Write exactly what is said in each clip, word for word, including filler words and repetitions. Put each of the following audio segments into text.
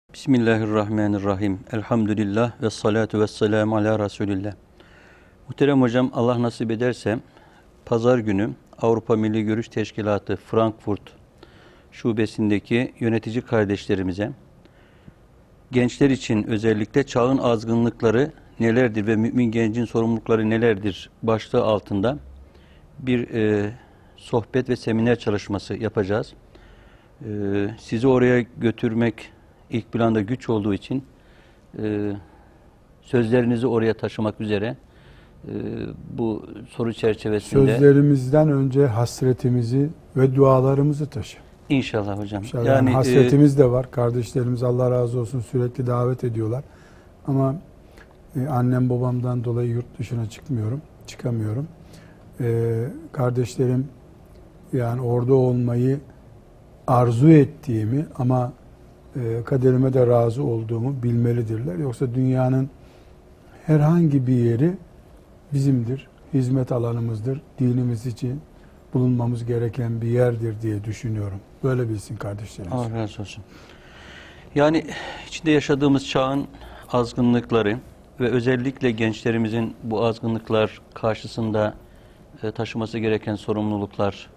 Bismillahirrahmanirrahim. Elhamdülillah ve salatu ve selamu ala Resulillah. Muhterem hocam, Allah nasip ederse pazar günü Avrupa Milli Görüş Teşkilatı Frankfurt şubesindeki yönetici kardeşlerimize gençler için özellikle çağın azgınlıkları nelerdir ve mümin gencin sorumlulukları nelerdir başlığı altında bir e, sohbet ve seminer çalışması yapacağız. E, sizi oraya götürmek ilk planda güç olduğu için e, sözlerinizi oraya taşımak üzere e, bu soru çerçevesinde... Sözlerimizden önce hasretimizi ve dualarımızı taşı. İnşallah hocam. İnşallah. Yani, yani hasretimiz e, de var. Kardeşlerimiz Allah razı olsun sürekli davet ediyorlar. Ama e, annem babamdan dolayı yurt dışına çıkmıyorum, çıkamıyorum. E, kardeşlerim yani orada olmayı arzu ettiğimi ama kaderime de razı olduğumu bilmelidirler. Yoksa dünyanın herhangi bir yeri bizimdir, hizmet alanımızdır, dinimiz için bulunmamız gereken bir yerdir diye düşünüyorum. Böyle bilsin kardeşlerimiz. Allah razı olsun. Yani içinde yaşadığımız çağın azgınlıkları ve özellikle gençlerimizin bu azgınlıklar karşısında taşıması gereken sorumluluklar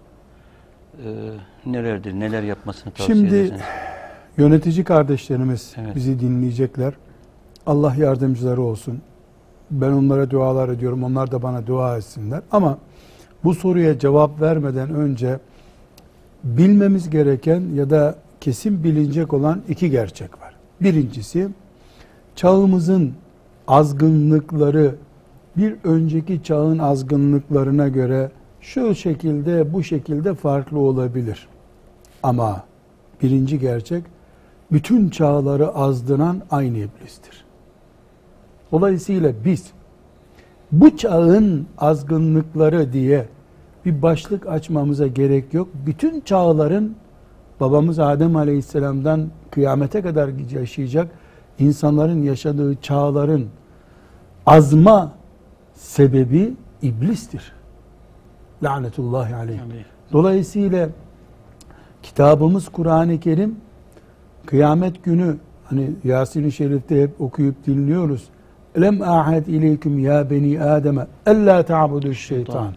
nelerdir, neler yapmasını tavsiye Şimdi, edersiniz? Yönetici kardeşlerimiz evet. bizi dinleyecekler. Allah yardımcıları olsun. Ben onlara dualar ediyorum. Onlar da bana dua etsinler. Ama bu soruya cevap vermeden önce bilmemiz gereken ya da kesin bilinecek olan iki gerçek var. Birincisi, çağımızın azgınlıkları bir önceki çağın azgınlıklarına göre şu şekilde, bu şekilde farklı olabilir. Ama birinci gerçek, bütün çağları azdıran aynı iblistir. Dolayısıyla biz bu çağın azgınlıkları diye bir başlık açmamıza gerek yok. Bütün çağların babamız Adem Aleyhisselam'dan kıyamete kadar yaşayacak insanların yaşadığı çağların azma sebebi iblistir. Lanetullahi aleyh. Dolayısıyla kitabımız Kur'an-ı Kerim kıyamet günü hani Yasin-i Şerif'te hep okuyup dinliyoruz. Lem ahad ileyküm ya beni Adem'e ella ta'buduş şeytan.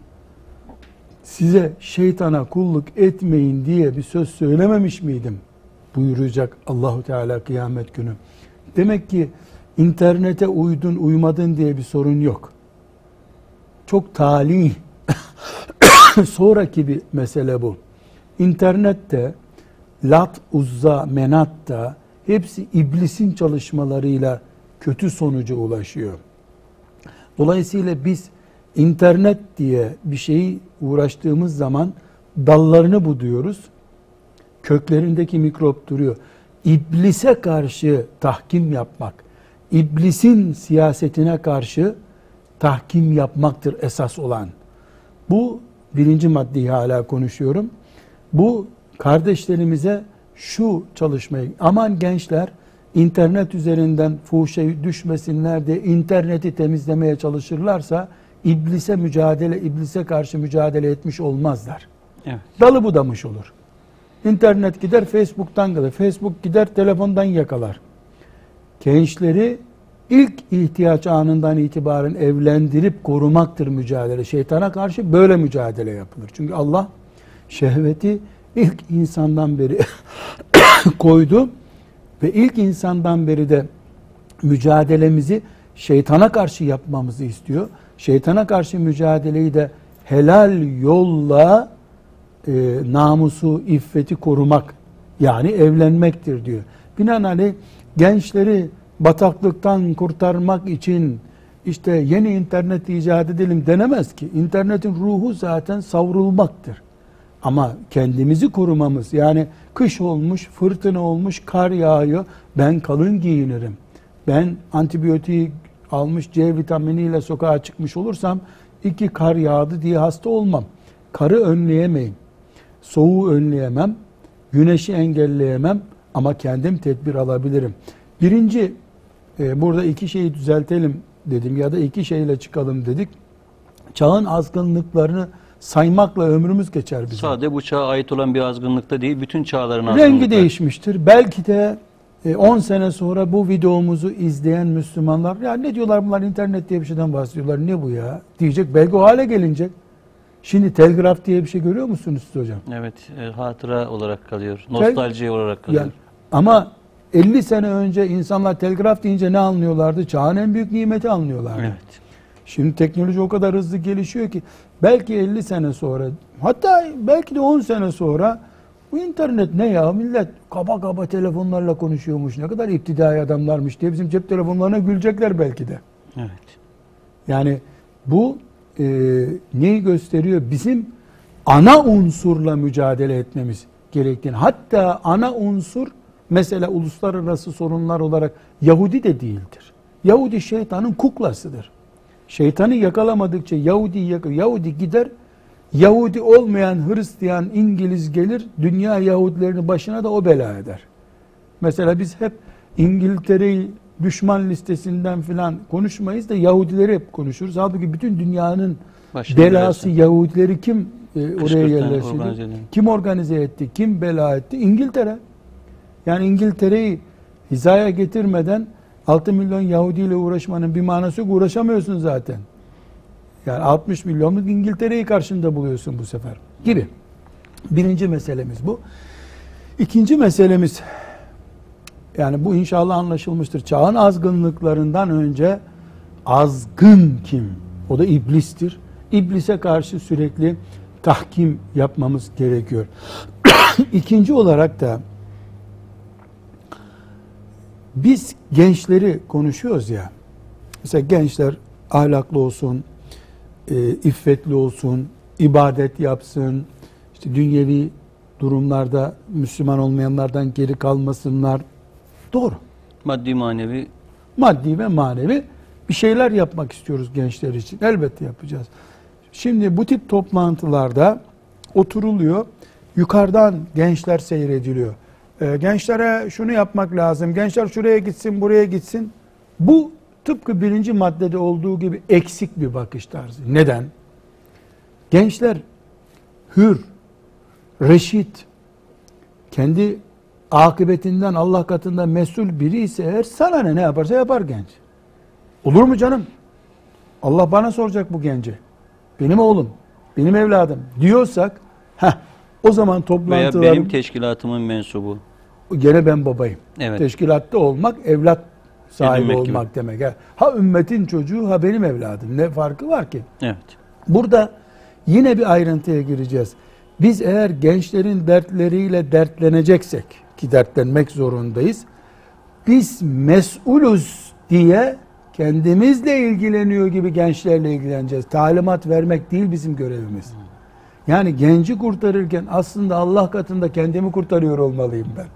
Size şeytana kulluk etmeyin diye bir söz söylememiş miydim? Buyuracak Allahu Teala kıyamet günü. Demek ki internete uydun uymadın diye bir sorun yok. Çok talih sonraki bir mesele bu. İnternette, Lat, Uzza, Menat da hepsi iblisin çalışmalarıyla kötü sonuca ulaşıyor. Dolayısıyla biz internet diye bir şeyi uğraştığımız zaman dallarını buduyoruz. Köklerindeki mikrop duruyor. İblise karşı tahkim yapmak, iblisin siyasetine karşı tahkim yapmaktır esas olan. Bu birinci maddeyi hala konuşuyorum. Bu kardeşlerimize şu çalışmayı, aman gençler internet üzerinden fuhuşa düşmesinler diye interneti temizlemeye çalışırlarsa iblise mücadele, iblise karşı mücadele etmiş olmazlar. Evet. Dalı budamış olur. İnternet gider Facebook'tan kalır. Facebook gider telefondan yakalar. Gençleri ilk ihtiyaç anından itibaren evlendirip korumaktır mücadele. Şeytana karşı böyle mücadele yapılır. Çünkü Allah şehveti ilk insandan beri koydu ve ilk insandan beri de mücadelemizi şeytana karşı yapmamızı istiyor. Şeytana karşı mücadeleyi de helal yolla e, namusu, iffeti korumak yani evlenmektir diyor. Binaenaleyh gençleri bataklıktan kurtarmak için işte yeni internet icat edelim denemez ki. İnternetin ruhu zaten savrulmaktır. Ama kendimizi korumamız, yani kış olmuş, fırtına olmuş, kar yağıyor. Ben kalın giyinirim. Ben antibiyotiği almış C vitaminiyle sokağa çıkmış olursam iki kar yağdı diye hasta olmam. Karı önleyemeyim. Soğuğu önleyemem. Güneşi engelleyemem. Ama kendim tedbir alabilirim. Birinci, e, burada iki şeyi düzeltelim dedim ya da iki şeyle çıkalım dedik. Çağın azgınlıklarını saymakla ömrümüz geçer bizim. Sadece bu çağa ait olan bir azgınlıkta değil, bütün çağların azgınlıkları. Rengi değişmiştir. Belki de on sene sonra bu videomuzu izleyen Müslümanlar ya ne diyorlar bunlar, internet diye bir şeyden bahsediyorlar, ne bu ya diyecek, belki o hale gelinecek. Şimdi telgraf diye bir şey görüyor musunuz siz hocam? Evet, e, hatıra olarak kalıyor, nostalji Tel olarak kalıyor. Yani, ama elli sene önce insanlar telgraf deyince ne anlıyorlardı? Çağın en büyük nimeti anlıyorlardı. Evet. Şimdi teknoloji o kadar hızlı gelişiyor ki belki elli sene sonra, hatta belki de on sene sonra bu internet ne ya, millet kaba kaba telefonlarla konuşuyormuş, ne kadar iptidai adamlarmış diye bizim cep telefonlarına gülecekler belki de. Evet. Yani bu e, neyi gösteriyor? Bizim ana unsurla mücadele etmemiz gerektiğini. Hatta ana unsur mesela uluslararası sorunlar olarak Yahudi de değildir. Yahudi şeytanın kuklasıdır. Şeytanı yakalamadıkça Yahudi yakar. Yahudi gider, Yahudi olmayan Hristiyan, İngiliz gelir, dünya Yahudilerini başına da o bela eder. Mesela biz hep İngiltere'yi düşman listesinden filan konuşmayız da Yahudileri hep konuşuruz. Halbuki bütün dünyanın Başını belası versin. Yahudileri kim e, oraya Kışkırtan, yerleştirdi? organize eden. Kim organize etti? Kim bela etti? İngiltere. Yani İngiltere'yi hizaya getirmeden altı milyon Yahudi ile uğraşmanın bir manası yok. Uğraşamıyorsun zaten. Yani altmış milyonluk İngiltere'yi karşında buluyorsun bu sefer gibi. Birinci meselemiz bu. İkinci meselemiz, yani bu inşallah anlaşılmıştır. Çağın azgınlıklarından önce azgın kim? O da iblistir. İblise karşı sürekli tahkim yapmamız gerekiyor. İkinci olarak da biz gençleri konuşuyoruz ya. Mesela gençler ahlaklı olsun, e, iffetli olsun, ibadet yapsın, işte dünyevi durumlarda Müslüman olmayanlardan geri kalmasınlar. Doğru. Maddi manevi. Maddi ve manevi bir şeyler yapmak istiyoruz gençler için. Elbette yapacağız. Şimdi bu tip toplantılarda oturuluyor. Yukarıdan gençler seyrediliyor. Ee, gençlere şunu yapmak lazım. Gençler şuraya gitsin, buraya gitsin. Bu tıpkı birinci maddede olduğu gibi eksik bir bakış tarzı. Neden? Gençler hür, reşit, kendi akıbetinden Allah katında mesul biri ise eğer, sana ne, ne yaparsa yapar genç. Olur mu canım? Allah bana soracak bu genci. Benim oğlum, benim evladım diyorsak, heh, o zaman toplantılarım... Veya benim teşkilatımın mensubu. Gene ben babayım. Evet. Teşkilatta olmak, evlat sahibi Edinmek olmak gibi demek. Ha ümmetin çocuğu, ha benim evladım. Ne farkı var ki? Evet. Burada yine bir ayrıntıya gireceğiz. Biz eğer gençlerin dertleriyle dertleneceksek, ki dertlenmek zorundayız, biz mesulüz diye kendimizle ilgileniyor gibi gençlerle ilgileneceğiz. Talimat vermek değil bizim görevimiz. Yani genci kurtarırken aslında Allah katında kendimi kurtarıyor olmalıyım ben.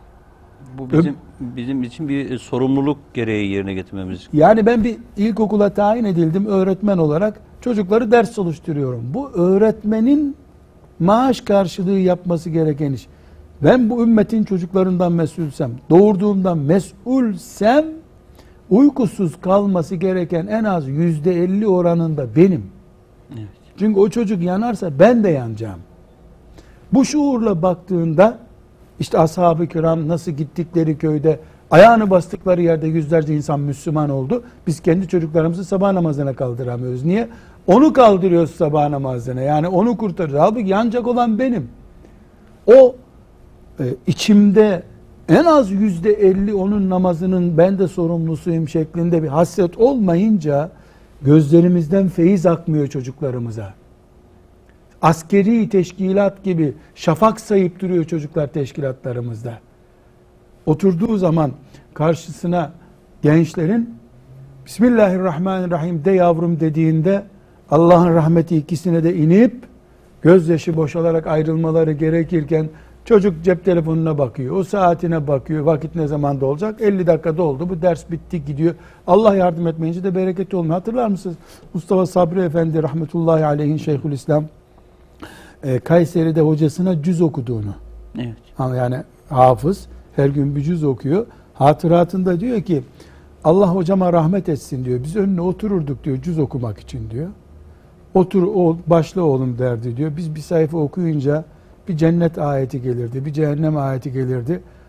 Bu bizim bizim için bir sorumluluk gereği yerine getirmemiz. Yani ben bir ilkokula tayin edildim öğretmen olarak. Çocukları ders çalıştırıyorum. Bu öğretmenin maaş karşılığı yapması gereken iş. Ben bu ümmetin çocuklarından mesulsem, doğurduğumdan mesulsem, uykusuz kalması gereken en az yüzde elli oranında benim. Evet. Çünkü o çocuk yanarsa ben de yanacağım. Bu şuurla baktığında işte ashab-ı kiram nasıl gittikleri köyde ayağını bastıkları yerde yüzlerce insan Müslüman oldu. Biz kendi çocuklarımızı sabah namazına kaldıramıyoruz. Niye? Onu kaldırıyoruz sabah namazına. Yani onu kurtarıyoruz. Halbuki yanacak olan benim. O e, içimde en az yüzde elli onun namazının ben de sorumlusuyum şeklinde bir hasret olmayınca gözlerimizden feyiz akmıyor çocuklarımıza. Askeri teşkilat gibi şafak sayıp duruyor çocuklar teşkilatlarımızda. Oturduğu zaman karşısına gençlerin Bismillahirrahmanirrahim de yavrum dediğinde Allah'ın rahmeti ikisine de inip gözyaşı boşalarak ayrılmaları gerekirken çocuk cep telefonuna bakıyor, o saatine bakıyor, vakit ne zamanda olacak? elli dakikada oldu, bu ders bitti gidiyor. Allah yardım etmeyince de bereketi olmuyor. Hatırlar mısınız? Mustafa Sabri Efendi rahmetullahi aleyhin Şeyhülislam e, Kayseri'de hocasına cüz okuduğunu. Evet. Yani hafız her gün bir cüz okuyor. Hatıratında diyor ki Allah hocama rahmet etsin diyor. Biz önüne otururduk diyor cüz okumak için diyor. Otur o başla oğlum derdi diyor. Biz bir sayfa okuyunca bir cennet ayeti gelirdi, bir cehennem ayeti gelirdi.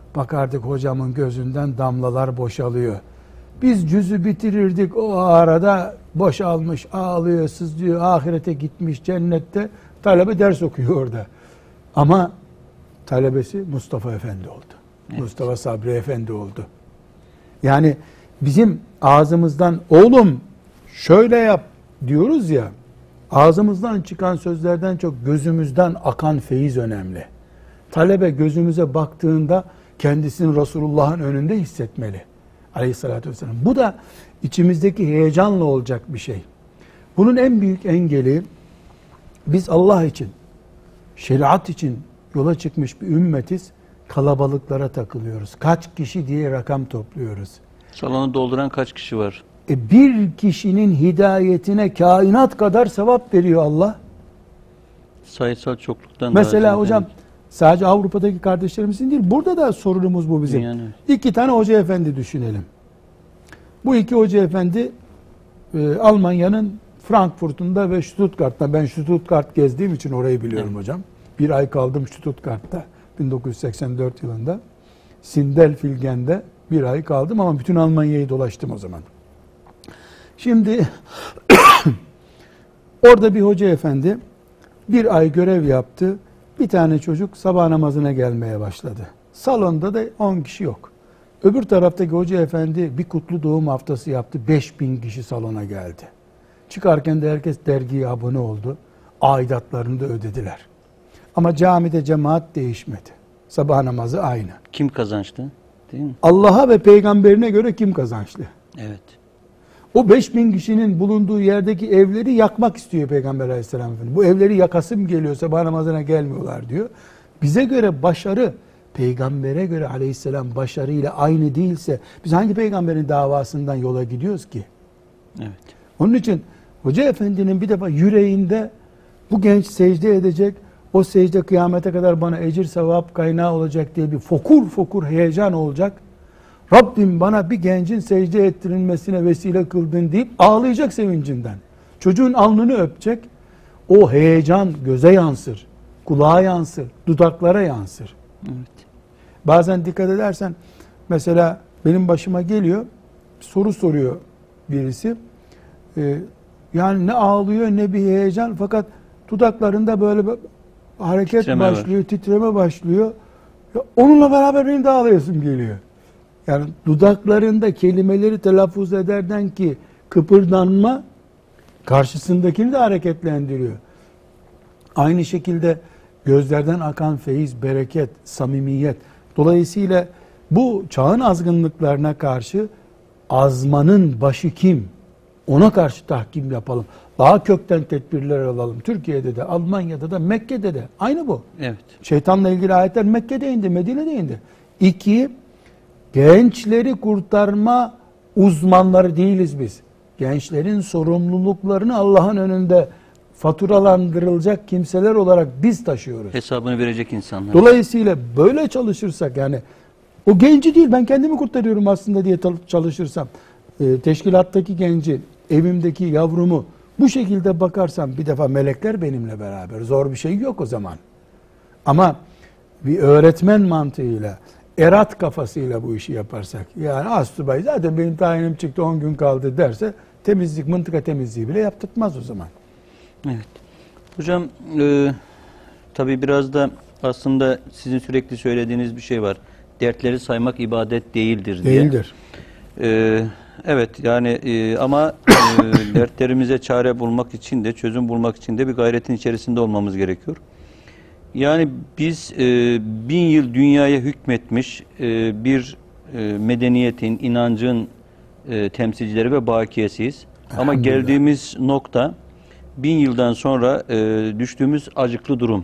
bakardık hocamın gözünden damlalar boşalıyor. Biz cüzü bitirirdik, o arada boşalmış, ağlıyor, sızlıyor, ahirete gitmiş, cennette. Talebe ders okuyor orada. Ama talebesi Mustafa Efendi oldu. Evet. Mustafa Sabri Efendi oldu. Yani bizim ağzımızdan oğlum şöyle yap diyoruz ya, ağzımızdan çıkan sözlerden çok gözümüzden akan feyiz önemli. Talebe gözümüze baktığında kendisini Resulullah'ın önünde hissetmeli. Aleyhissalatü vesselam. Bu da içimizdeki heyecanla olacak bir şey. Bunun en büyük engeli, biz Allah için, şeriat için yola çıkmış bir ümmetiz, kalabalıklara takılıyoruz. Kaç kişi diye rakam topluyoruz. Salonu dolduran kaç kişi var? E bir kişinin hidayetine kainat kadar sevap veriyor Allah. Sayısal çokluktan Mesela daha hocam, sadece Avrupa'daki kardeşlerimizin değil, burada da sorunumuz bu bizim. Yani. İki tane hoca efendi düşünelim. Bu iki hoca efendi e, Almanya'nın Frankfurt'unda ve Stuttgart'ta, ben Stuttgart gezdiğim için orayı biliyorum evet. hocam. Bir ay kaldım Stuttgart'ta bin dokuz yüz seksen dört yılında. Sindelfilgen'de bir ay kaldım ama bütün Almanya'yı dolaştım o zaman. Şimdi orada bir hoca efendi bir ay görev yaptı. Bir tane çocuk sabah namazına gelmeye başladı. Salonda da on kişi yok. Öbür taraftaki hoca efendi bir kutlu doğum haftası yaptı. beş bin kişi salona geldi. Çıkarken de herkes dergiye abone oldu. Aidatlarını da ödediler. Ama camide cemaat değişmedi. Sabah namazı aynı. Kim kazançlı? Değil mi? Allah'a ve peygamberine göre kim kazançlı? Evet. O beş bin kişinin bulunduğu yerdeki evleri yakmak istiyor Peygamber Aleyhisselam Efendimiz. Bu evleri yakasım geliyor, sabah namazına gelmiyorlar diyor. Bize göre başarı, peygambere göre Aleyhisselam başarıyla aynı değilse biz hangi peygamberin davasından yola gidiyoruz ki? Evet. Onun için hoca efendinin bir defa yüreğinde bu genç secde edecek, o secde kıyamete kadar bana ecir sevap kaynağı olacak diye bir fokur fokur heyecan olacak. Rabbim bana bir gencin secde ettirilmesine vesile kıldın deyip ağlayacak sevincinden. Çocuğun alnını öpecek. O heyecan göze yansır, kulağa yansır, dudaklara yansır. Evet. Bazen dikkat edersen mesela benim başıma geliyor, soru soruyor birisi. Ee, yani ne ağlıyor ne bir heyecan, fakat dudaklarında böyle bir hareket titreme başlıyor, var. titreme başlıyor. Ya onunla beraber benim de ağlayasım geliyor. Yani dudaklarında kelimeleri telaffuz ederden ki kıpırdanma karşısındakini de hareketlendiriyor. Aynı şekilde gözlerden akan feyiz, bereket, samimiyet. Dolayısıyla bu çağın azgınlıklarına karşı azmanın başı kim? Ona karşı tahkim yapalım. Daha kökten tedbirler alalım. Türkiye'de de, Almanya'da da, Mekke'de de. Aynı bu. Evet. Şeytanla ilgili ayetler Mekke'de indi, Medine'de indi. İki, gençleri kurtarma uzmanları değiliz biz. Gençlerin sorumluluklarını Allah'ın önünde faturalandırılacak kimseler olarak biz taşıyoruz. Hesabını verecek insanlar. Dolayısıyla böyle çalışırsak, yani o genci değil ben kendimi kurtarıyorum aslında diye çalışırsam, e, teşkilattaki genci, evimdeki yavrumu bu şekilde bakarsam, bir defa melekler benimle beraber, zor bir şey yok o zaman. Ama bir öğretmen mantığıyla, erat kafasıyla bu işi yaparsak, yani astsubay zaten benim tayinim çıktı on gün kaldı derse, temizlik, mıntıka temizliği bile yaptırtmaz o zaman. Evet. Hocam e, tabii biraz da aslında sizin sürekli söylediğiniz bir şey var. Dertleri saymak ibadet değildir diye. Değildir. E, evet yani e, ama e, dertlerimize çare bulmak için de, çözüm bulmak için de bir gayretin içerisinde olmamız gerekiyor. Yani biz e, bin yıl dünyaya hükmetmiş e, bir e, medeniyetin, inancın e, temsilcileri ve bakiyesiyiz. Ama geldiğimiz nokta, bin yıldan sonra e, düştüğümüz acıklı durum.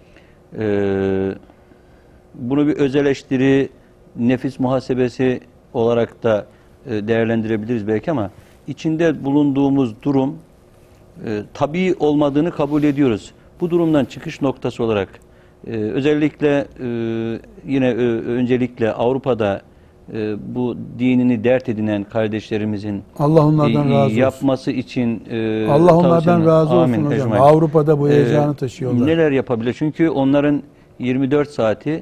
E, bunu bir öz eleştiri, nefis muhasebesi olarak da e, değerlendirebiliriz belki, ama içinde bulunduğumuz durum e, tabii olmadığını kabul ediyoruz. Bu durumdan çıkış noktası olarak e, özellikle e, yine ö, öncelikle Avrupa'da e, bu dinini dert edinen kardeşlerimizin Allah onlardan e, razı olsun. yapması için e, Allah onlardan razı olsun Amin, hocam. Avrupa'da bu heyecanı taşıyorlar. Neler yapabilir? Çünkü onların yirmi dört saati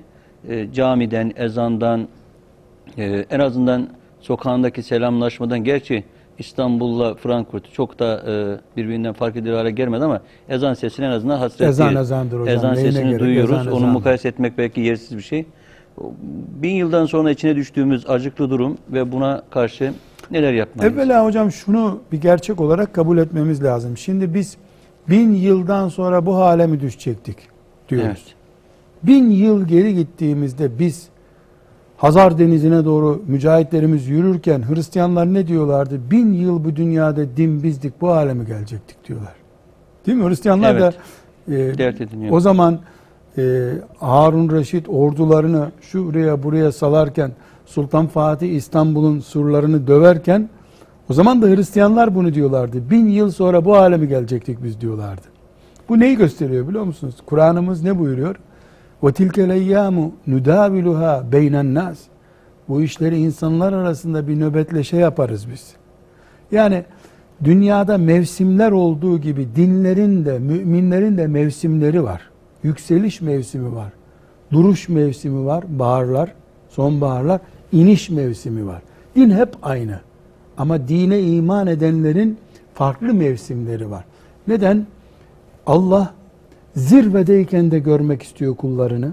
e, camiden, ezandan, e, en azından sokağındaki selamlaşmadan, gerçi İstanbul'la Frankfurt çok da e, birbirinden fark edilir hale gelmedi ama ezan sesine en azından hasret Ezan değiliz. ezandır hocam. Ezan Neyine sesini gerek? duyuyoruz. Ezan Onu ezandır. mukayese etmek belki yersiz bir şey. Bin yıldan sonra içine düştüğümüz acıklı durum ve buna karşı neler yapmalıyız? Evvela hocam şunu bir gerçek olarak kabul etmemiz lazım. Şimdi biz bin yıldan sonra bu hale mi düşecektik diyoruz. Evet. Bin yıl geri gittiğimizde biz Hazar Denizi'ne doğru mücahitlerimiz yürürken Hristiyanlar ne diyorlardı? Bin yıl bu dünyada din bizdik, bu hale mi gelecektik diyorlar. Değil mi? Hristiyanlar Evet. da e, Dert ediniyor. o zaman e, Harun Reşit ordularını şuraya buraya salarken, Sultan Fatih İstanbul'un surlarını döverken, o zaman da Hristiyanlar bunu diyorlardı. Bin yıl sonra bu hale mi gelecektik biz diyorlardı. Bu neyi gösteriyor biliyor musunuz? Kur'an'ımız ne buyuruyor? وَتِلْكَ الْاَيَّامُ نُدَاوِلُهَا بَيْنَ النَّاسِ Bu işleri insanlar arasında bir nöbetleşe yaparız biz. Yani dünyada mevsimler olduğu gibi dinlerin de, müminlerin de mevsimleri var. Yükseliş mevsimi var. Duruş mevsimi var, baharlar, sonbaharlar, iniş mevsimi var. Din hep aynı. Ama dine iman edenlerin farklı mevsimleri var. Neden? Allah zirvedeyken de görmek istiyor kullarını.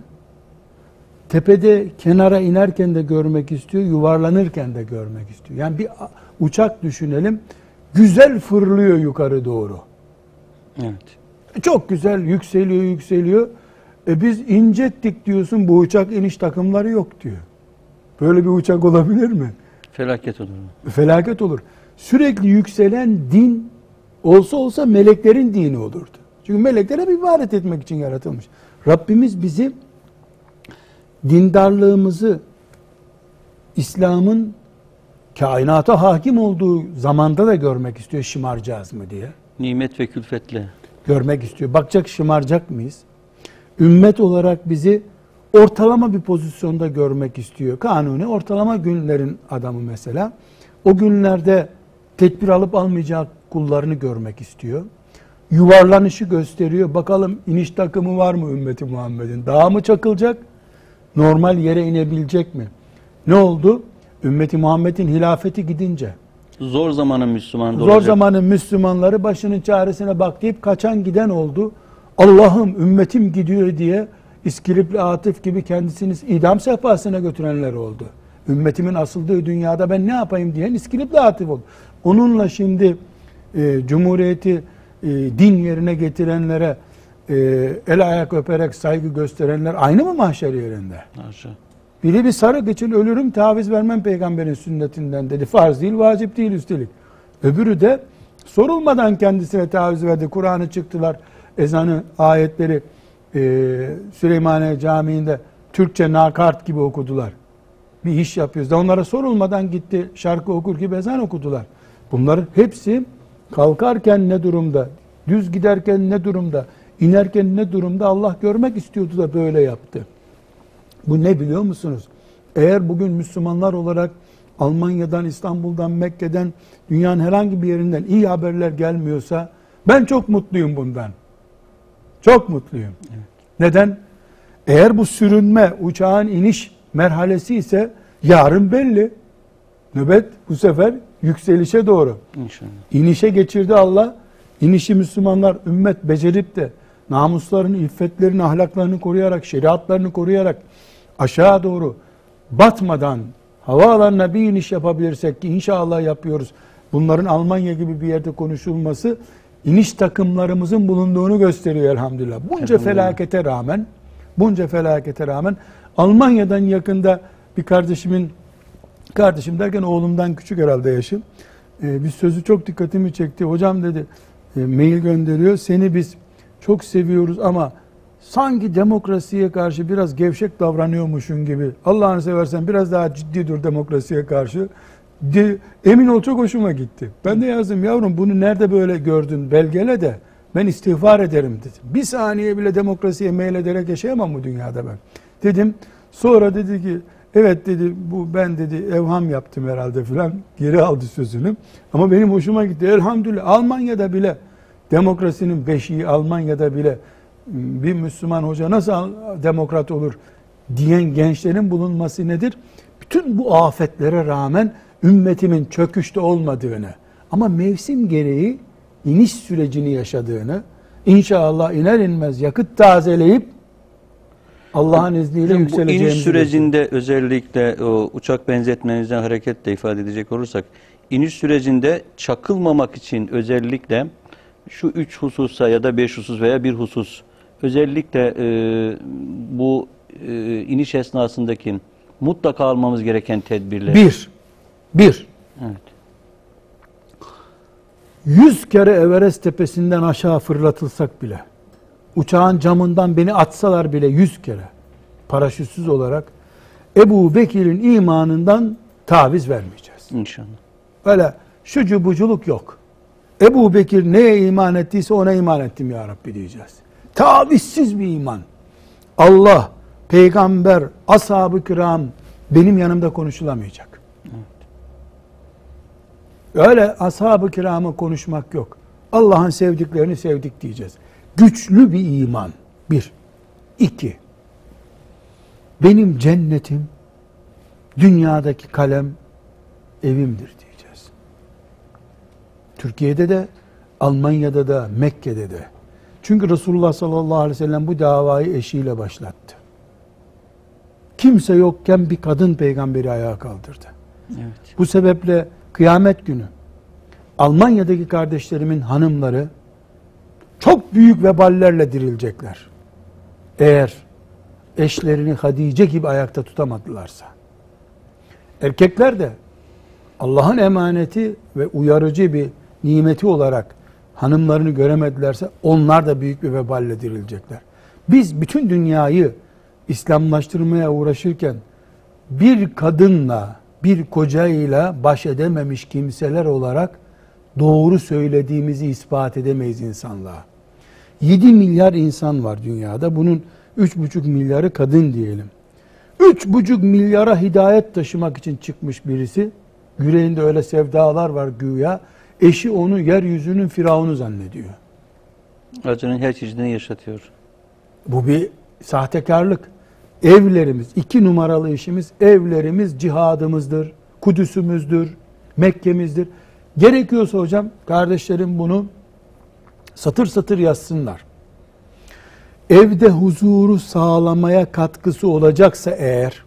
Tepede kenara inerken de görmek istiyor, yuvarlanırken de görmek istiyor. Yani bir uçak düşünelim, güzel fırlıyor yukarı doğru. Evet. Çok güzel yükseliyor, yükseliyor. E biz incettik diyorsun, bu uçak iniş takımları yok diyor. Böyle bir uçak olabilir mi? Felaket olur. Felaket olur. Sürekli yükselen din olsa olsa meleklerin dini olurdu. Çünkü melekler hep ibadet etmek için yaratılmış. Rabbimiz bizi dindarlığımızı İslam'ın kainata hakim olduğu zamanda da görmek istiyor, şımaracağız mı diye. Nimet ve külfetle. Görmek istiyor. Bakacak, şımaracak mıyız? Ümmet olarak bizi ortalama bir pozisyonda görmek istiyor. Kanuni ortalama günlerin adamı mesela. O günlerde tedbir alıp almayacak kullarını görmek istiyor. Yuvarlanışı gösteriyor. Bakalım iniş takımı var mı ümmeti Muhammed'in? Dağa mı çakılacak? Normal yere inebilecek mi? Ne oldu? Ümmeti Muhammed'in hilafeti gidince, Zor zamanın Müslüman zor zamanın Müslümanları başının çaresine bak deyip kaçan giden oldu. Allah'ım ümmetim gidiyor diye İskilipli Atıf gibi kendisini idam sehpasına götürenler oldu. Ümmetimin asıldığı dünyada ben ne yapayım diyen İskilipli Atıf oldu. Onunla şimdi e, Cumhuriyeti e, din yerine getirenlere e, el ayak öperek saygı gösterenler aynı mı mahşer yerinde? Haşa. Biri bir sarık için ölürüm, taviz vermem peygamberin sünnetinden dedi. Farz değil, vacip değil üstelik. Öbürü de sorulmadan kendisine taviz verdi. Kur'an'ı çıktılar, ezanı, ayetleri e, Süleymaniye Camii'nde Türkçe nakart gibi okudular. Bir iş yapıyoruz da onlara sorulmadan gitti, şarkı okur gibi ezan okudular. Bunların hepsi kalkarken ne durumda, düz giderken ne durumda, inerken ne durumda Allah görmek istiyordu da böyle yaptı. Bu ne biliyor musunuz? Eğer bugün Müslümanlar olarak Almanya'dan, İstanbul'dan, Mekke'den, dünyanın herhangi bir yerinden iyi haberler gelmiyorsa ben çok mutluyum bundan. Çok mutluyum. Evet. Neden? Eğer bu sürünme, uçağın iniş merhalesi ise yarın belli. Nöbet bu sefer yükselişe doğru. İnşallah. İnişe geçirdi Allah. İnişi Müslümanlar, ümmet becerip de namuslarını, iffetlerini, ahlaklarını koruyarak, şeriatlarını koruyarak aşağı doğru batmadan havaalanına bir iniş yapabilirsek ki inşallah yapıyoruz. Bunların Almanya gibi bir yerde konuşulması iniş takımlarımızın bulunduğunu gösteriyor elhamdülillah. Bunca felakete rağmen, bunca felakete rağmen Almanya'dan yakında bir kardeşimin, kardeşim derken oğlumdan küçük herhalde yaşım, bir sözü çok dikkatimi çekti. Hocam dedi, mail gönderiyor. Seni biz çok seviyoruz ama sanki demokrasiye karşı biraz gevşek davranıyormuşsun gibi. Allah'ını seversen biraz daha ciddi dur demokrasiye karşı. De, emin ol çok hoşuma gitti. Ben de yazdım, yavrum bunu nerede böyle gördün belgele de ben istiğfar ederim dedim. Bir saniye bile demokrasiye meylederek yaşayamam bu dünyada ben. Dedim. Sonra dedi ki evet dedi, bu ben dedi evham yaptım herhalde filan, geri aldı sözünü. Ama benim hoşuma gitti. Elhamdülillah Almanya'da bile demokrasinin beşiği, Almanya'da bile bir Müslüman hoca nasıl demokrat olur diyen gençlerin bulunması nedir? Bütün bu afetlere rağmen ümmetimin çöküşte olmadığını ama mevsim gereği iniş sürecini yaşadığını, inşallah iner inmez yakıt tazeleyip Allah'ın izniyle Şimdi bu yükseleceğimizi iniş sürecinde görüyoruz. özellikle o uçak benzetmenizden hareketle ifade edecek olursak, iniş sürecinde çakılmamak için özellikle şu üç hususa ya da beş husus veya bir husus özellikle e, bu e, iniş esnasındaki mutlaka almamız gereken tedbirler. Bir, bir, Evet. yüz kere Everest tepesinden aşağı fırlatılsak bile, uçağın camından beni atsalar bile yüz kere paraşütsüz olarak Ebu Bekir'in imanından taviz vermeyeceğiz. İnşallah. Öyle şucu buculuk yok. Ebu Bekir neye iman ettiyse ona iman ettim ya Rabbi diyeceğiz. Tavizsiz bir iman. Allah, peygamber, ashab-ı kiram benim yanımda konuşulamayacak. Öyle ashab-ı kiramı konuşmak yok. Allah'ın sevdiklerini sevdik diyeceğiz. Güçlü bir iman. Bir. İki. Benim cennetim dünyadaki kalem evimdir diyeceğiz. Türkiye'de de, Almanya'da da, Mekke'de de. Çünkü Resulullah sallallahu aleyhi ve sellem bu davayı eşiyle başlattı. Kimse yokken bir kadın peygamberi ayağa kaldırdı. Evet. Bu sebeple kıyamet günü Almanya'daki kardeşlerimin hanımları çok büyük veballerle dirilecekler. Eğer eşlerini Hadice gibi ayakta tutamadılarsa. Erkekler de Allah'ın emaneti ve uyarıcı bir nimeti olarak hanımlarını göremedilerse onlar da büyük bir veballe dirilecekler. Biz bütün dünyayı İslamlaştırmaya uğraşırken bir kadınla, bir kocayla baş edememiş kimseler olarak doğru söylediğimizi ispat edemeyiz insanlığa. yedi milyar insan var dünyada. Bunun üç buçuk milyarı kadın diyelim. üç buçuk milyara hidayet taşımak için çıkmış birisi. Yüreğinde öyle sevdalar var güya. Eşi onu yeryüzünün firavunu zannediyor. Acının her çeşidini yaşatıyor. Bu bir sahtekarlık. Evlerimiz, iki numaralı işimiz, evlerimiz cihadımızdır, Kudüs'ümüzdür, Mekke'mizdir. Gerekiyorsa hocam, kardeşlerim bunu satır satır yazsınlar. Evde huzuru sağlamaya katkısı olacaksa eğer,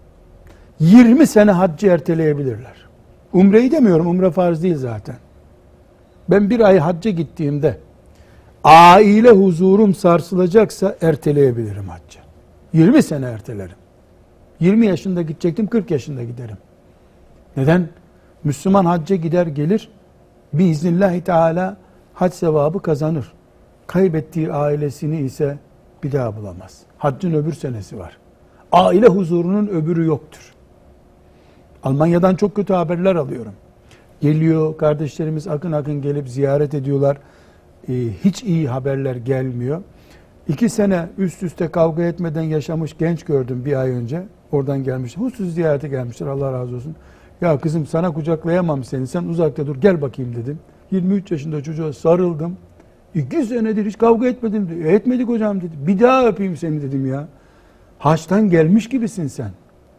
yirmi sene haccı erteleyebilirler. Umreyi demiyorum, umre farz değil zaten. Ben bir ay hacca gittiğimde, aile huzurum sarsılacaksa erteleyebilirim haccı. yirmi sene ertelerim. yirmi yaşında gidecektim, kırk yaşında giderim. Neden? Müslüman hacca gider gelir, biiznillahü teala hac sevabı kazanır. Kaybettiği ailesini ise bir daha bulamaz. Haccın öbür senesi var. Aile huzurunun öbürü yoktur. Almanya'dan çok kötü haberler alıyorum. Geliyor, kardeşlerimiz akın akın gelip ziyaret ediyorlar. Ee, hiç iyi haberler gelmiyor. İki sene üst üste kavga etmeden yaşamış genç gördüm bir ay önce. Oradan gelmiş. Husus ziyarete gelmişler, Allah razı olsun. Ya kızım sana kucaklayamam seni, sen uzakta dur, gel bakayım dedim. yirmi üç yaşında çocuğa sarıldım. İki senedir hiç kavga etmedim dedi. Etmedik hocam dedi. Bir daha öpeyim seni dedim ya. Haçtan gelmiş gibisin sen.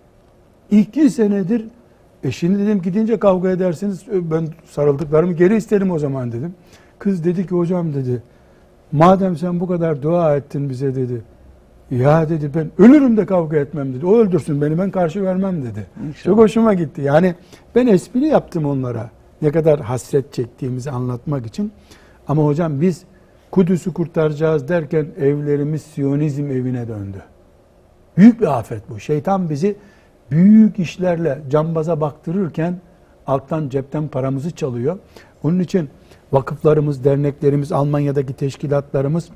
İki senedir, e şimdi dedim gidince kavga ederseniz ben sarıldıklarımı geri isterim o zaman dedim. Kız dedi ki hocam dedi, madem sen bu kadar dua ettin bize dedi. Ya dedi ben ölürüm de kavga etmem dedi. O öldürsün beni, ben karşı vermem dedi. İnşallah. Çok hoşuma gitti. Yani ben espri yaptım onlara. Ne kadar hasret çektiğimizi anlatmak için. Ama hocam biz Kudüs'ü kurtaracağız derken evlerimiz Siyonizm evine döndü. Büyük bir afet bu. Şeytan bizi büyük işlerle cambaza baktırırken alttan cepten paramızı çalıyor. Onun için vakıflarımız, derneklerimiz, Almanya'daki teşkilatlarımız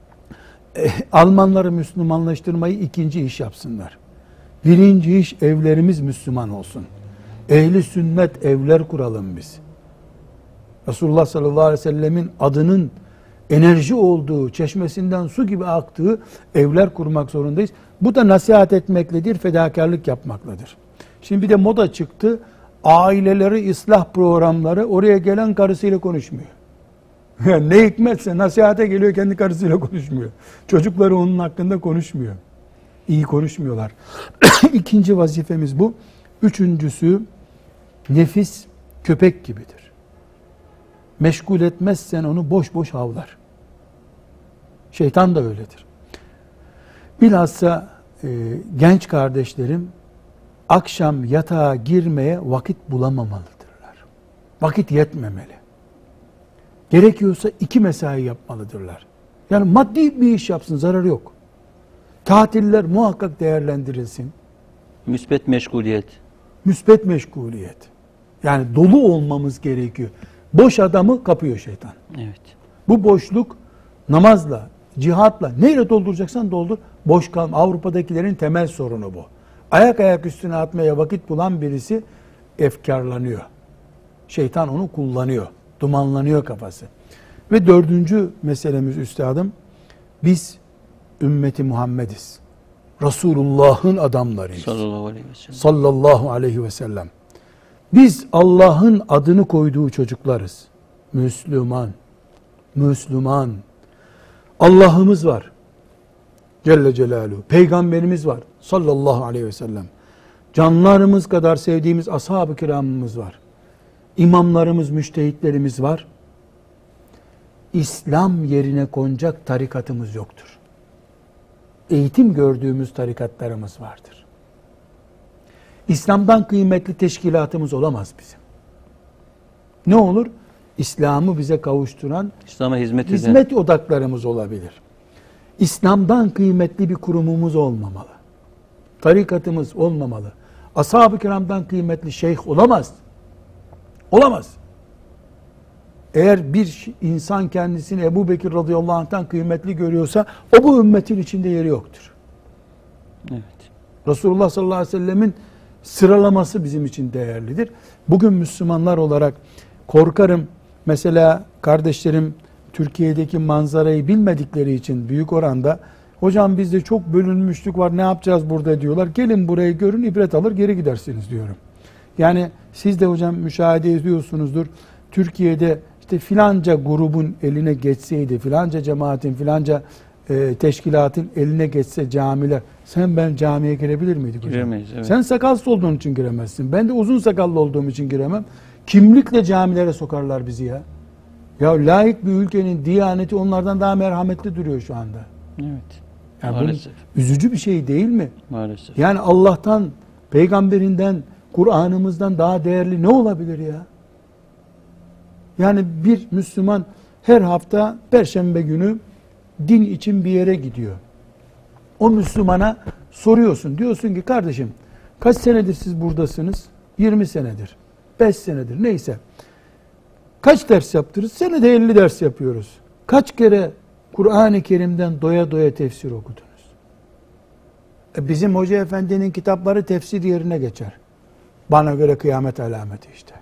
Almanları Müslümanlaştırmayı ikinci iş yapsınlar. Birinci iş evlerimiz Müslüman olsun. Ehli sünnet evler kuralım biz. Resulullah sallallahu aleyhi ve sellemin adının enerji olduğu, çeşmesinden su gibi aktığı evler kurmak zorundayız. Bu da nasihat etmekledir, fedakarlık yapmakladır. Şimdi bir de moda çıktı. Aileleri ıslah programları, oraya gelen karısıyla konuşmuyor. Yani ne hikmetse nasihate geliyor, kendi karısıyla konuşmuyor. Çocukları onun hakkında konuşmuyor. iyi konuşmuyorlar. İkinci vazifemiz bu. Üçüncüsü, nefis köpek gibidir. Meşgul etmezsen onu boş boş havlar. Şeytan da öyledir. Bilhassa e, genç kardeşlerim akşam yatağa girmeye vakit bulamamalıdırlar. Vakit yetmemeli. Gerekiyorsa iki mesai yapmalıdırlar. Yani maddi bir iş yapsın, zararı yok. Tatiller muhakkak değerlendirilsin. Müsbet meşguliyet. Müsbet meşguliyet. Yani dolu olmamız gerekiyor. Boş adamı kapıyor şeytan. Evet. Bu boşluk namazla, cihatla, neyle dolduracaksan doldur. Boş kalma. Avrupa'dakilerin temel sorunu bu. Ayak ayak üstüne atmaya vakit bulan birisi efkarlanıyor. Şeytan onu kullanıyor. Dumanlanıyor kafası. Ve dördüncü meselemiz üstadım, biz ümmeti Muhammediz. Resulullah'ın adamlarıyız. Sallallahu aleyhi ve sellem. Sallallahu aleyhi ve sellem. Biz Allah'ın adını koyduğu çocuklarız. Müslüman. Müslüman. Allah'ımız var. Celle Celaluhu. Peygamberimiz var. Sallallahu aleyhi ve sellem. Canlarımız kadar sevdiğimiz ashab-ı kiramımız var. İmamlarımız, müştehitlerimiz var. İslam yerine konacak tarikatımız yoktur. Eğitim gördüğümüz tarikatlarımız vardır. İslam'dan kıymetli teşkilatımız olamaz bizim. Ne olur? İslam'ı bize kavuşturan İslam'a hizmet eden. hizmet odaklarımız olabilir. İslam'dan kıymetli bir kurumumuz olmamalı. Tarikatımız olmamalı. Ashab-ı kiramdan kıymetli şeyh olamaz. Olamaz. Eğer bir insan kendisini Ebu Bekir radıyallahu anh'tan kıymetli görüyorsa o bu ümmetin içinde yeri yoktur. Evet. Resulullah sallallahu aleyhi ve sellemin sıralaması bizim için değerlidir. Bugün Müslümanlar olarak korkarım, mesela kardeşlerim Türkiye'deki manzarayı bilmedikleri için büyük oranda hocam bizde çok bölünmüşlük var, ne yapacağız burada diyorlar. Gelin burayı görün, ibret alır geri gidersiniz diyorum. Yani siz de hocam müşahede ediyorsunuzdur. Türkiye'de işte filanca grubun eline geçseydi, filanca cemaatin, filanca e, teşkilatın eline geçse camiler, sen ben camiye girebilir miydik hocam? Giremeyiz, evet. Sen sakalsız olduğun için giremezsin. Ben de uzun sakallı olduğum için giremem. Kimlikle camilere sokarlar bizi ya. Ya layık bir ülkenin diyaneti onlardan daha merhametli duruyor şu anda. Evet. Yani Maalesef. üzücü bir şey değil mi? Maalesef. Yani Allah'tan, peygamberinden, Kur'an'ımızdan daha değerli ne olabilir ya? Yani bir Müslüman her hafta Perşembe günü din için bir yere gidiyor. O Müslümana soruyorsun. Diyorsun ki kardeşim kaç senedir siz buradasınız? yirmi senedir. beş senedir neyse. Kaç ders yaptınız? Senede elli ders yapıyoruz. Kaç kere Kur'an-ı Kerim'den doya doya tefsir okudunuz? E bizim Hoca Efendi'nin kitapları tefsir yerine geçer. Bana göre kıyamet alameti işte.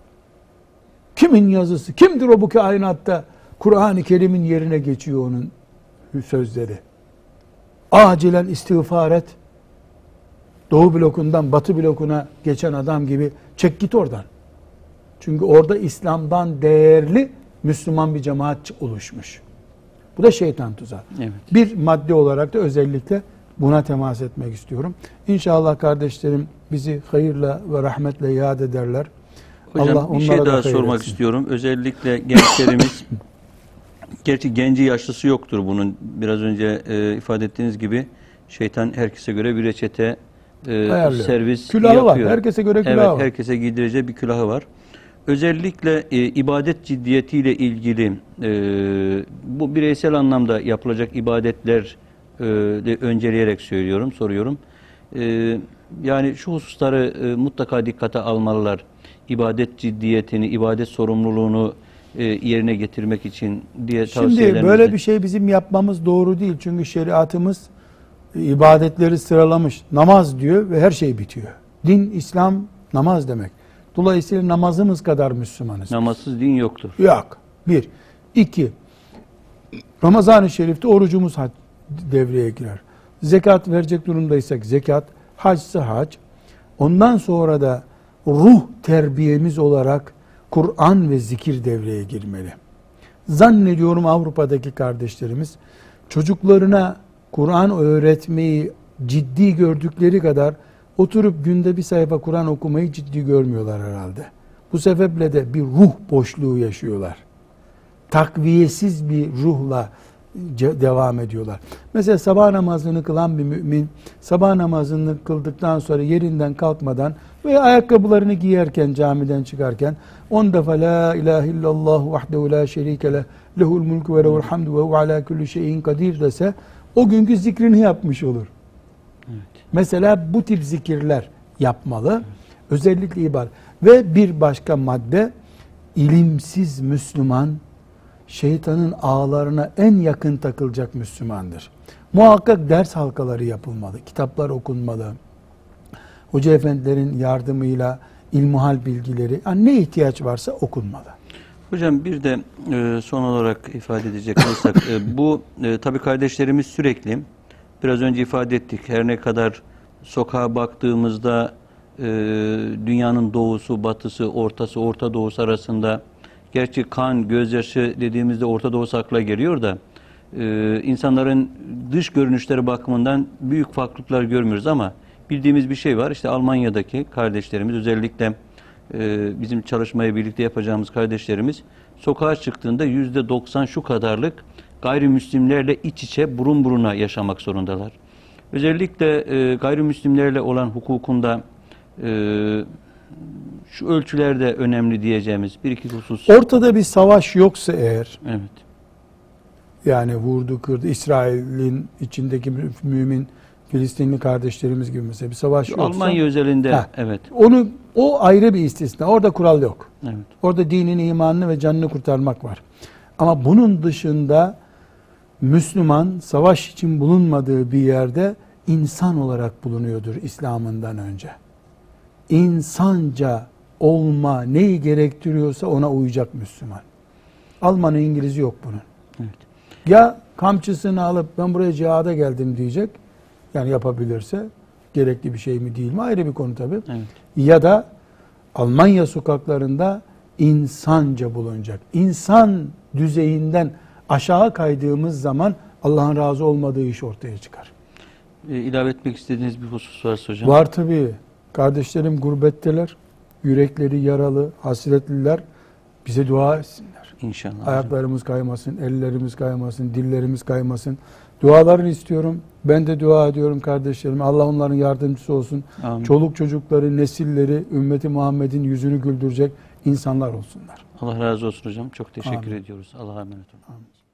Kimin yazısı? Kimdir o bu kainatta? Kur'an-ı Kerim'in yerine geçiyor onun sözleri. Acilen istiğfar et. Doğu blokundan Batı blokuna geçen adam gibi çek git oradan. Çünkü orada İslam'dan değerli Müslüman bir cemaat oluşmuş. Bu da şeytan tuzağı. Evet. Bir madde olarak da özellikle buna temas etmek istiyorum. İnşallah kardeşlerim bizi hayırla ve rahmetle yad ederler. Hocam Allah bir şey onlara da daha hayır sormak etsin. istiyorum. Özellikle gençlerimiz, gerçi genci yaşlısı yoktur bunun. Biraz önce e, ifade ettiğiniz gibi şeytan herkese göre bir reçete e, Ayarlıyor. servis Külahı yapıyor. var. Herkese göre külahı evet, var. herkese giydireceği bir külahı var. Özellikle e, ibadet ciddiyetiyle ilgili e, bu bireysel anlamda yapılacak ibadetler e, de önceleyerek söylüyorum, soruyorum. E, yani şu hususları e, mutlaka dikkate almalılar. İbadet ciddiyetini, ibadet sorumluluğunu e, yerine getirmek için diye tavsiyelerinizi. Şimdi böyle bir şey bizim yapmamız doğru değil. Çünkü şeriatımız ibadetleri sıralamış. Namaz diyor ve her şey bitiyor. Din, İslam, namaz demek. Dolayısıyla namazımız kadar Müslümanız. Namazsız din yoktur. Yok. Bir. İki. Ramazan-ı Şerif'te orucumuz devreye girer. Zekat verecek durumdaysak zekat, hacsa hac. Ondan sonra da ruh terbiyemiz olarak Kur'an ve zikir devreye girmeli. Zannediyorum Avrupa'daki kardeşlerimiz çocuklarına Kur'an öğretmeyi ciddi gördükleri kadar oturup günde bir sayfa Kur'an okumayı ciddi görmüyorlar herhalde. Bu sebeple de bir ruh boşluğu yaşıyorlar. Takviyesiz bir ruhla devam ediyorlar. Mesela sabah namazını kılan bir mümin, sabah namazını kıldıktan sonra yerinden kalkmadan veya ayakkabılarını giyerken, camiden çıkarken on defa la ilahe illallah vahdehu la şerike leh lehul mulku ve lehul hamdu ve hu ala kulli şeyin kadir dese o günkü zikrini yapmış olur. Evet. Mesela bu tip zikirler yapmalı. Evet. Özellikle ibadet. Ve bir başka madde, ilimsiz Müslüman şeytanın ağlarına en yakın takılacak Müslümandır. Muhakkak ders halkaları yapılmalı, kitaplar okunmalı. Hoca efendilerin yardımıyla ilmuhal bilgileri, yani ne ihtiyaç varsa okunmalı. Hocam bir de e, son olarak ifade edecek olursak, e, bu e, tabii kardeşlerimiz sürekli, biraz önce ifade ettik, her ne kadar sokağa baktığımızda e, dünyanın doğusu, batısı, ortası, Orta Doğusu arasında, gerçi kan, gözyaşı dediğimizde Orta Doğusu akla geliyor da, e, insanların dış görünüşleri bakımından büyük farklılıklar görmüyoruz ama bildiğimiz bir şey var. İşte Almanya'daki kardeşlerimiz, özellikle e, bizim çalışmayı birlikte yapacağımız kardeşlerimiz, sokağa çıktığında yüzde doksan şu kadarlık gayrimüslimlerle iç içe, burun buruna yaşamak zorundalar. Özellikle e, gayrimüslimlerle olan hukukunda e, şu ölçülerde önemli diyeceğimiz bir iki husus. Ortada bir savaş yoksa eğer, evet. yani vurdu kırdı, İsrail'in içindeki mümin Filistinli kardeşlerimiz gibi mesela bir savaş yoksa. Almanya özelinde heh, evet. Onu o ayrı bir istisna. Orada kural yok. Evet. Orada dinin, imanını ve canını kurtarmak var. Ama bunun dışında Müslüman savaş için bulunmadığı bir yerde insan olarak bulunuyordur İslam'ından önce. İnsanca olma neyi gerektiriyorsa ona uyacak Müslüman. Almanı, İngiliz'i yok bunun. Evet. Ya kamçısını alıp ben buraya cihada geldim diyecek. Yani yapabilirse, gerekli bir şey mi değil mi ayrı bir konu tabii. Evet. Ya da Almanya sokaklarında insanca bulunacak. İnsan düzeyinden aşağı kaydığımız zaman Allah'ın razı olmadığı iş ortaya çıkar. E, ilave etmek istediğiniz bir husus varsa hocam. Var tabii. Kardeşlerim gurbetteler. Yürekleri yaralı, hasretliler. Bize dua etsinler. İnşallah. Ayaklarımız kaymasın, ellerimiz kaymasın, dillerimiz kaymasın. Dualarını istiyorum. Ben de dua ediyorum kardeşlerime. Allah onların yardımcısı olsun. Amin. Çoluk çocukları, nesilleri, ümmeti Muhammed'in yüzünü güldürecek insanlar olsunlar. Allah razı olsun hocam. Çok teşekkür Amin. ediyoruz. Allah'a emanet olun. Amin.